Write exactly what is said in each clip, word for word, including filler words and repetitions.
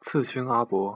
刺青阿伯。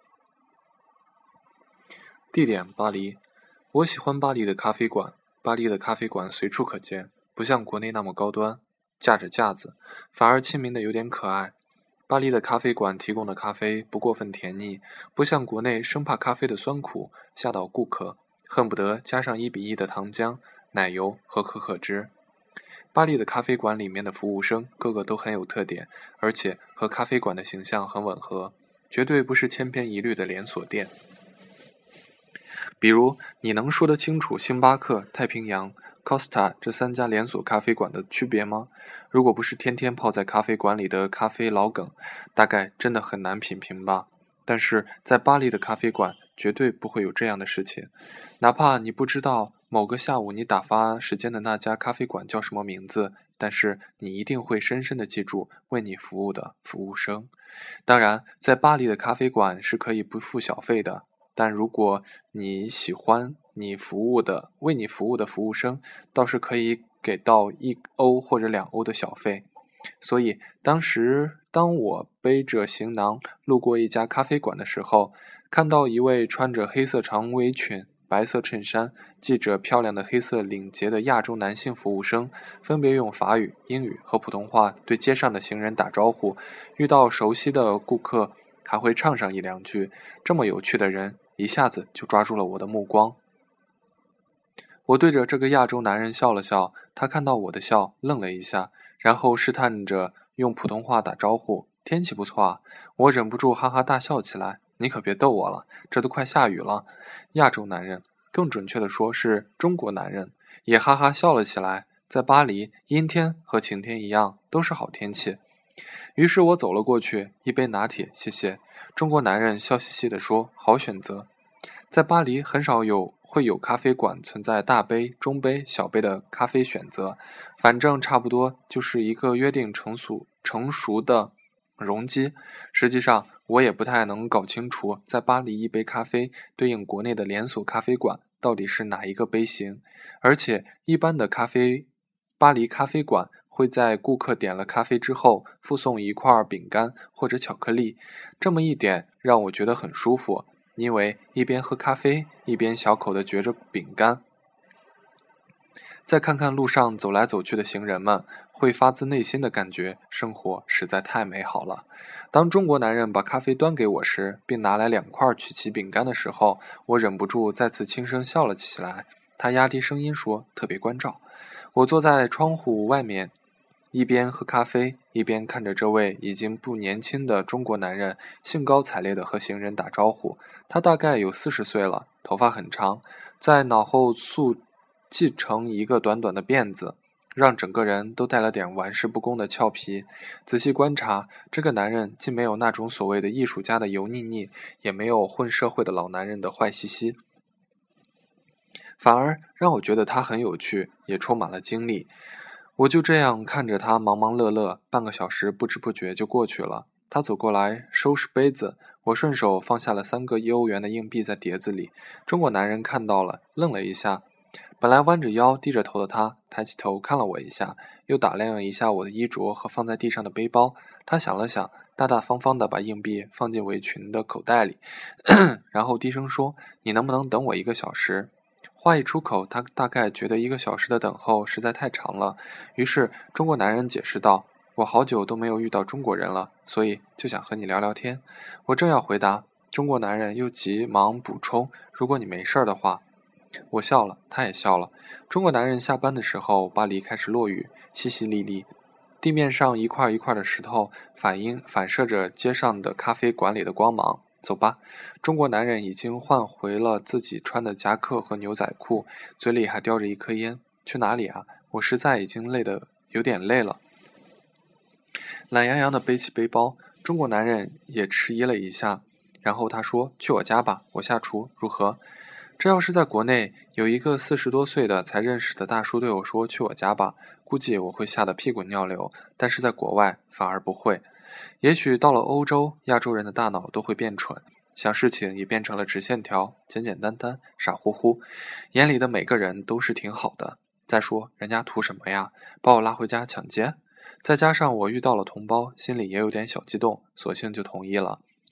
地点巴黎。我喜欢巴黎的咖啡馆。巴黎的咖啡馆随处可见，不像国内那么高端，架着架子，反而亲民的有点可爱。巴黎的咖啡馆提供的咖啡不过分甜腻，不像国内生怕咖啡的酸苦吓到顾客，恨不得加上一比一的糖浆、奶油和可可汁。巴黎的咖啡馆里面的服务生个个都很有特点，而且和咖啡馆的形象很吻合，绝对不是千篇一律的连锁店。比如，你能说得清楚星巴克、太平洋、Costa 这三家连锁咖啡馆的区别吗？如果不是天天泡在咖啡馆里的咖啡老梗，大概真的很难品评吧。但是在巴黎的咖啡馆绝对不会有这样的事情，哪怕你不知道某个下午你打发时间的那家咖啡馆叫什么名字，但是你一定会深深地记住为你服务的服务生。当然，在巴黎的咖啡馆是可以不付小费的，但如果你喜欢你服务的为你服务的服务生，倒是可以给到一欧或者两欧的小费。所以当时当我背着行囊路过一家咖啡馆的时候，看到一位穿着黑色长围裙、白色衬衫、系着漂亮的黑色领结的亚洲男性服务生，分别用法语、英语和普通话对街上的行人打招呼，遇到熟悉的顾客还会唱上一两句。这么有趣的人一下子就抓住了我的目光。我对着这个亚洲男人笑了笑，他看到我的笑愣了一下，然后试探着用普通话打招呼：天气不错啊。我忍不住哈哈大笑起来，你可别逗我了，这都快下雨了。亚洲男人，更准确的说是中国男人，也哈哈笑了起来。在巴黎，阴天和晴天一样，都是好天气。于是我走了过去，一杯拿铁，谢谢。中国男人笑嘻嘻地说：好选择。在巴黎很少有会有咖啡馆存在大杯、中杯、小杯的咖啡选择，反正差不多就是一个约定成熟成熟的容积。实际上我也不太能搞清楚在巴黎一杯咖啡对应国内的连锁咖啡馆到底是哪一个杯型，而且一般的咖啡巴黎咖啡馆会在顾客点了咖啡之后附送一块饼干或者巧克力，这么一点让我觉得很舒服，因为一边喝咖啡一边小口地嚼着饼干。再看看路上走来走去的行人们，会发自内心的感觉生活实在太美好了。当中国男人把咖啡端给我时，并拿来两块曲奇饼干的时候，我忍不住再次轻声笑了起来。他压低声音说：特别关照。我坐在窗户外面，一边喝咖啡一边看着这位已经不年轻的中国男人兴高采烈地和行人打招呼。他大概有四十岁了，头发很长，在脑后束系成一个短短的辫子，让整个人都带了点玩世不恭的俏皮。仔细观察，这个男人既没有那种所谓的艺术家的油腻腻，也没有混社会的老男人的坏兮兮，反而让我觉得他很有趣，也充满了精力。我就这样看着他忙忙乐乐，半个小时不知不觉就过去了。他走过来收拾杯子，我顺手放下了三个一欧元的硬币在碟子里。中国男人看到了，愣了一下。本来弯着腰低着头的他，抬起头看了我一下，又打量了一下我的衣着和放在地上的背包。他想了想，大大方方地把硬币放进围裙的口袋里，然后低声说：你能不能等我一个小时？话一出口，他大概觉得一个小时的等候实在太长了，于是中国男人解释道：我好久都没有遇到中国人了，所以就想和你聊聊天。我正要回答，中国男人又急忙补充：如果你没事的话。我笑了，他也笑了。中国男人下班的时候，巴黎开始落雨，淅淅沥沥，地面上一块一块的石头反映反射着街上的咖啡馆里的光芒。走吧。中国男人已经换回了自己穿的夹克和牛仔裤，嘴里还叼着一颗烟。去哪里啊？我实在已经累得有点累了。懒洋洋地背起背包，中国男人也迟疑了一下，然后他说：去我家吧，我下厨，如何？这要是在国内，有一个四十多岁的才认识的大叔对我说去我家吧，估计我会吓得屁滚尿流，但是在国外反而不会。也许到了欧洲，亚洲人的大脑都会变蠢，想事情也变成了直线条，简简单单，傻乎乎，眼里的每个人都是挺好的。再说人家图什么呀？把我拉回家抢劫？再加上我遇到了同胞，心里也有点小激动，索性就同意了。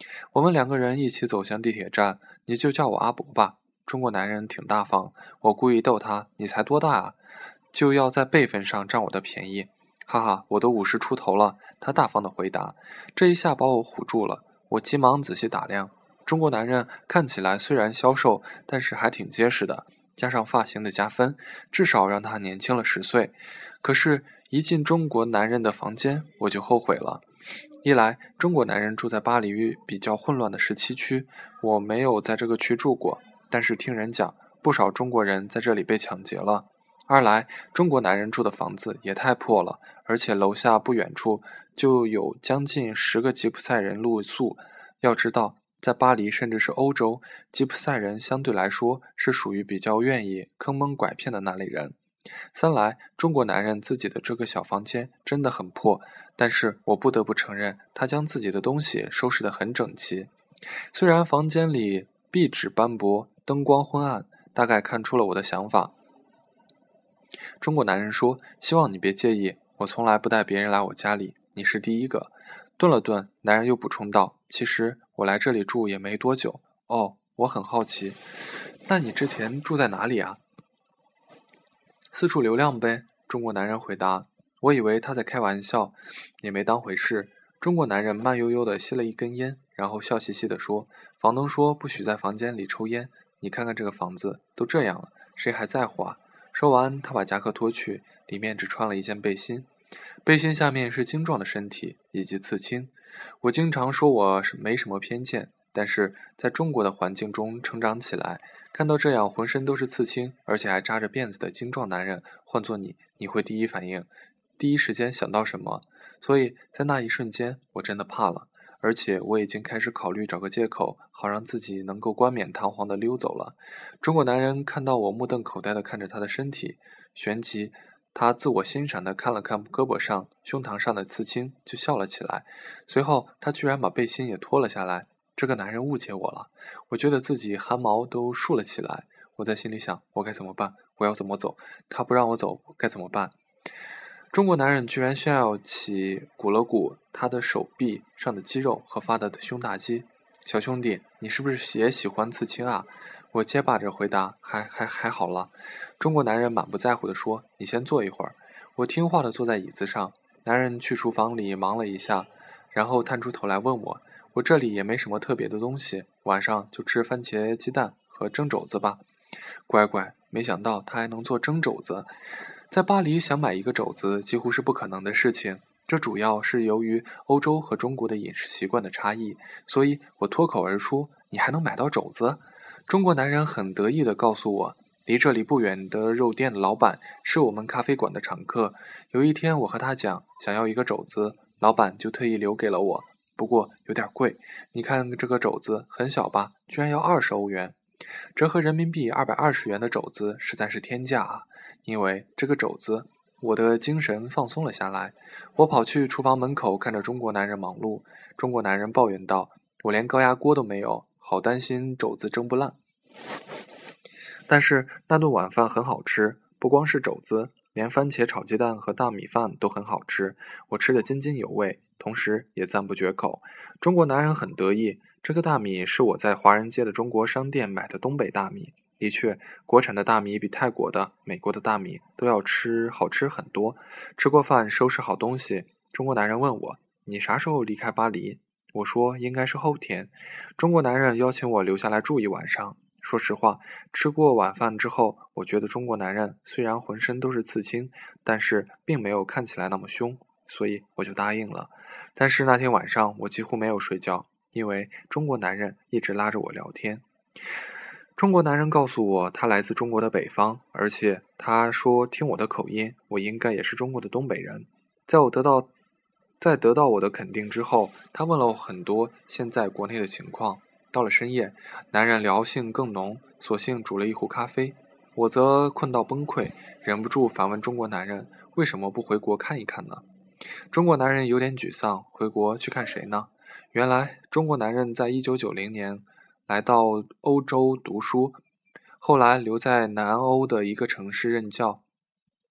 我们两个人一起走向地铁站，你就叫我阿伯吧。中国男人挺大方，我故意逗他，你才多大啊，就要在辈分上占我的便宜。哈哈，我都五十出头了，他大方地回答。这一下把我唬住了，我急忙仔细打量。中国男人看起来虽然消瘦，但是还挺结实的，加上发型的加分，至少让他年轻了十岁。可是，一进中国男人的房间，我就后悔了。一来，中国男人住在巴黎比较混乱的十七区，我没有在这个区住过，但是听人讲，不少中国人在这里被抢劫了。二来，中国男人住的房子也太破了，而且楼下不远处就有将近十个吉普赛人露宿。要知道，在巴黎甚至是欧洲，吉普赛人相对来说是属于比较愿意坑蒙拐骗的那类人。三来，中国男人自己的这个小房间真的很破，但是我不得不承认，他将自己的东西收拾得很整齐。虽然房间里壁纸斑驳，灯光昏暗，大概看出了我的想法。中国男人说，希望你别介意，我从来不带别人来我家里，你是第一个。顿了顿，男人又补充道，其实我来这里住也没多久。哦，我很好奇，那你之前住在哪里啊？四处流浪呗，中国男人回答。我以为他在开玩笑，也没当回事。中国男人慢悠悠地吸了一根烟，然后笑嘻嘻地说，房东说不许在房间里抽烟，你看看这个房子都这样了，谁还在乎啊？说完，他把夹克脱去，里面只穿了一件背心，背心下面是精壮的身体以及刺青。我经常说我是没什么偏见，但是在中国的环境中成长起来，看到这样浑身都是刺青，而且还扎着辫子的精壮男人，换做你，你会第一反应，第一时间想到什么？所以在那一瞬间，我真的怕了。而且我已经开始考虑找个借口，好让自己能够冠冕堂皇地溜走了。中国男人看到我目瞪口呆地看着他的身体，旋即他自我欣赏地看了看胳膊上、胸膛上的刺青，就笑了起来。随后他居然把背心也脱了下来。这个男人误解我了，我觉得自己汗毛都竖了起来。我在心里想，我该怎么办？我要怎么走？他不让我走，该怎么办？中国男人居然炫耀起鼓了鼓他的手臂上的肌肉和发达的胸大肌。小兄弟，你是不是也喜欢刺青啊？我结巴着回答，还还还好了。中国男人满不在乎地说，你先坐一会儿。我听话地坐在椅子上。男人去厨房里忙了一下，然后探出头来问我，我这里也没什么特别的东西，晚上就吃番茄鸡蛋和蒸肘子吧。乖乖，没想到他还能做蒸肘子。在巴黎想买一个肘子几乎是不可能的事情，这主要是由于欧洲和中国的饮食习惯的差异，所以我脱口而出，你还能买到肘子？中国男人很得意地告诉我，离这里不远的肉店的老板是我们咖啡馆的常客。有一天我和他讲想要一个肘子，老板就特意留给了我，不过有点贵，你看这个肘子很小吧，居然要二十欧元，折合人民币二百二十元的肘子实在是天价啊！因为这个肘子，我的精神放松了下来。我跑去厨房门口看着中国男人忙碌。中国男人抱怨道，我连高压锅都没有，好担心肘子蒸不烂。但是那顿晚饭很好吃，不光是肘子，连番茄炒鸡蛋和大米饭都很好吃，我吃得津津有味，同时也赞不绝口。中国男人很得意，这个大米是我在华人街的中国商店买的东北大米。的确，国产的大米比泰国的、美国的大米都要吃好吃很多。吃过饭，收拾好东西，中国男人问我，你啥时候离开巴黎？我说应该是后天。中国男人邀请我留下来住一晚上。说实话，吃过晚饭之后，我觉得中国男人虽然浑身都是刺青，但是并没有看起来那么凶，所以我就答应了。但是那天晚上我几乎没有睡觉，因为中国男人一直拉着我聊天。中国男人告诉我，他来自中国的北方，而且他说听我的口音，我应该也是中国的东北人。在我得到在得到我的肯定之后，他问了我很多现在国内的情况。到了深夜，男人聊性更浓，索性煮了一壶咖啡。我则困到崩溃，忍不住反问中国男人，为什么不回国看一看呢？中国男人有点沮丧，回国去看谁呢？原来中国男人在一九九零年来到欧洲读书，后来留在南欧的一个城市任教。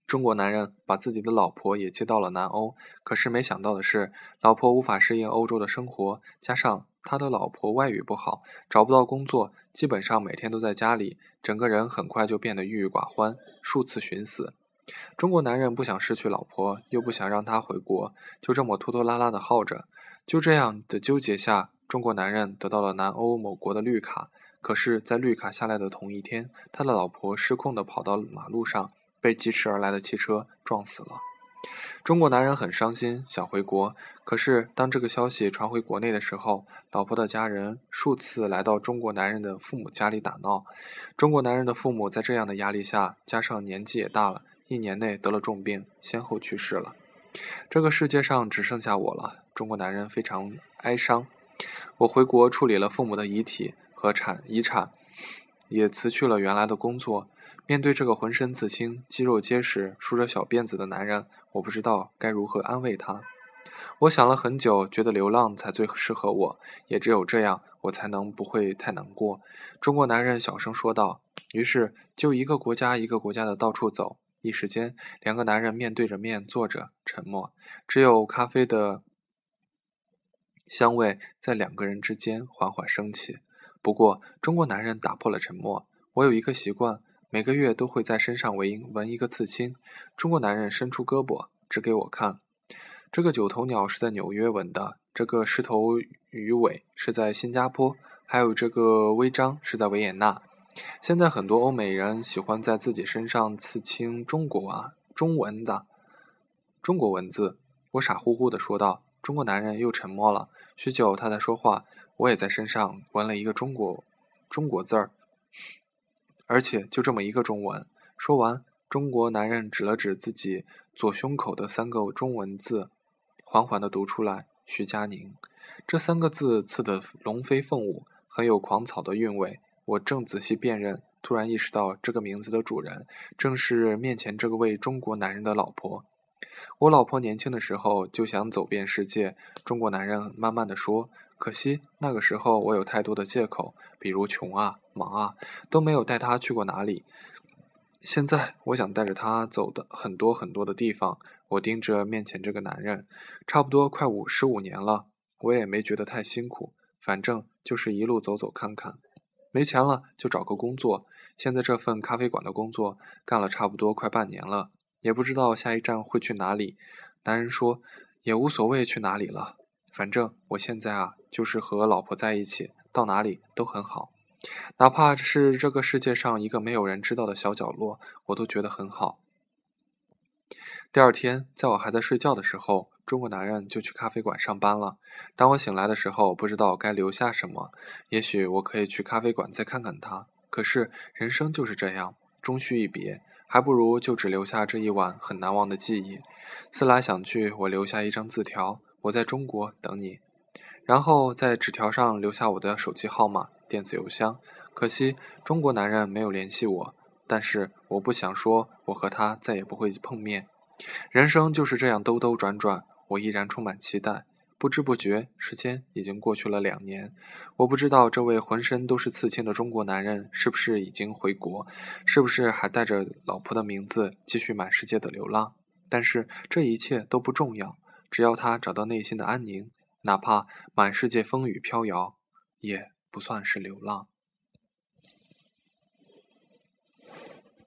中国男人把自己的老婆也接到了南欧，可是没想到的是，老婆无法适应欧洲的生活，加上他的老婆外语不好，找不到工作，基本上每天都在家里，整个人很快就变得郁郁寡欢，数次寻死。中国男人不想失去老婆，又不想让她回国，就这么拖拖拉拉的耗着。就这样的纠结下，中国男人得到了南欧某国的绿卡。可是，在绿卡下来的同一天，他的老婆失控地跑到马路上，被疾驰而来的汽车撞死了。中国男人很伤心，想回国。可是，当这个消息传回国内的时候，老婆的家人数次来到中国男人的父母家里打闹。中国男人的父母在这样的压力下，加上年纪也大了，一年内得了重病，先后去世了。这个世界上只剩下我了。中国男人非常哀伤。我回国处理了父母的遗体和产遗产，也辞去了原来的工作。面对这个浑身刺青、肌肉结实、梳着小辫子的男人，我不知道该如何安慰他。我想了很久，觉得流浪才最适合我，也只有这样，我才能不会太难过。中国男人小声说道。于是，就一个国家一个国家的到处走。一时间，两个男人面对着面坐着，沉默，只有咖啡的香味在两个人之间缓缓升起。不过，中国男人打破了沉默。我有一个习惯，每个月都会在身上纹纹一个刺青。中国男人伸出胳膊，指给我看。这个九头鸟是在纽约纹的，这个狮头鱼尾是在新加坡，还有这个徽章是在维也纳。现在很多欧美人喜欢在自己身上刺青中国啊中文的中国文字。我傻乎乎地说道。中国男人又沉默了许久，他才说话。我也在身上纹了一个中国中国字儿，而且就这么一个中文。说完，中国男人指了指自己左胸口的三个中文字，缓缓地读出来：徐佳宁。这三个字刺得龙飞凤舞，很有狂草的韵味。我正仔细辨认，突然意识到这个名字的主人正是面前这个位中国男人的老婆。我老婆年轻的时候就想走遍世界，中国男人慢慢地说。可惜那个时候我有太多的借口，比如穷啊、忙啊，都没有带她去过哪里。现在我想带着她走的很多很多的地方。我盯着面前这个男人，差不多快五十五年了，我也没觉得太辛苦，反正就是一路走走看看。没钱了就找个工作，现在这份咖啡馆的工作干了差不多快半年了，也不知道下一站会去哪里。男人说，也无所谓去哪里了，反正我现在啊，就是和老婆在一起，到哪里都很好。哪怕是这个世界上一个没有人知道的小角落，我都觉得很好。第二天，在我还在睡觉的时候，中国男人就去咖啡馆上班了。当我醒来的时候，不知道该留下什么，也许我可以去咖啡馆再看看他。可是人生就是这样，终须一别，还不如就只留下这一晚很难忘的记忆。思来想去，我留下一张字条：我在中国等你。然后在纸条上留下我的手机号码、电子邮箱。可惜中国男人没有联系我，但是我不想说我和他再也不会碰面。人生就是这样兜兜转转，我依然充满期待。不知不觉，时间已经过去了两年。我不知道这位浑身都是刺青的中国男人是不是已经回国，是不是还带着老婆的名字继续满世界的流浪。但是这一切都不重要，只要他找到内心的安宁，哪怕满世界风雨飘摇，也不算是流浪。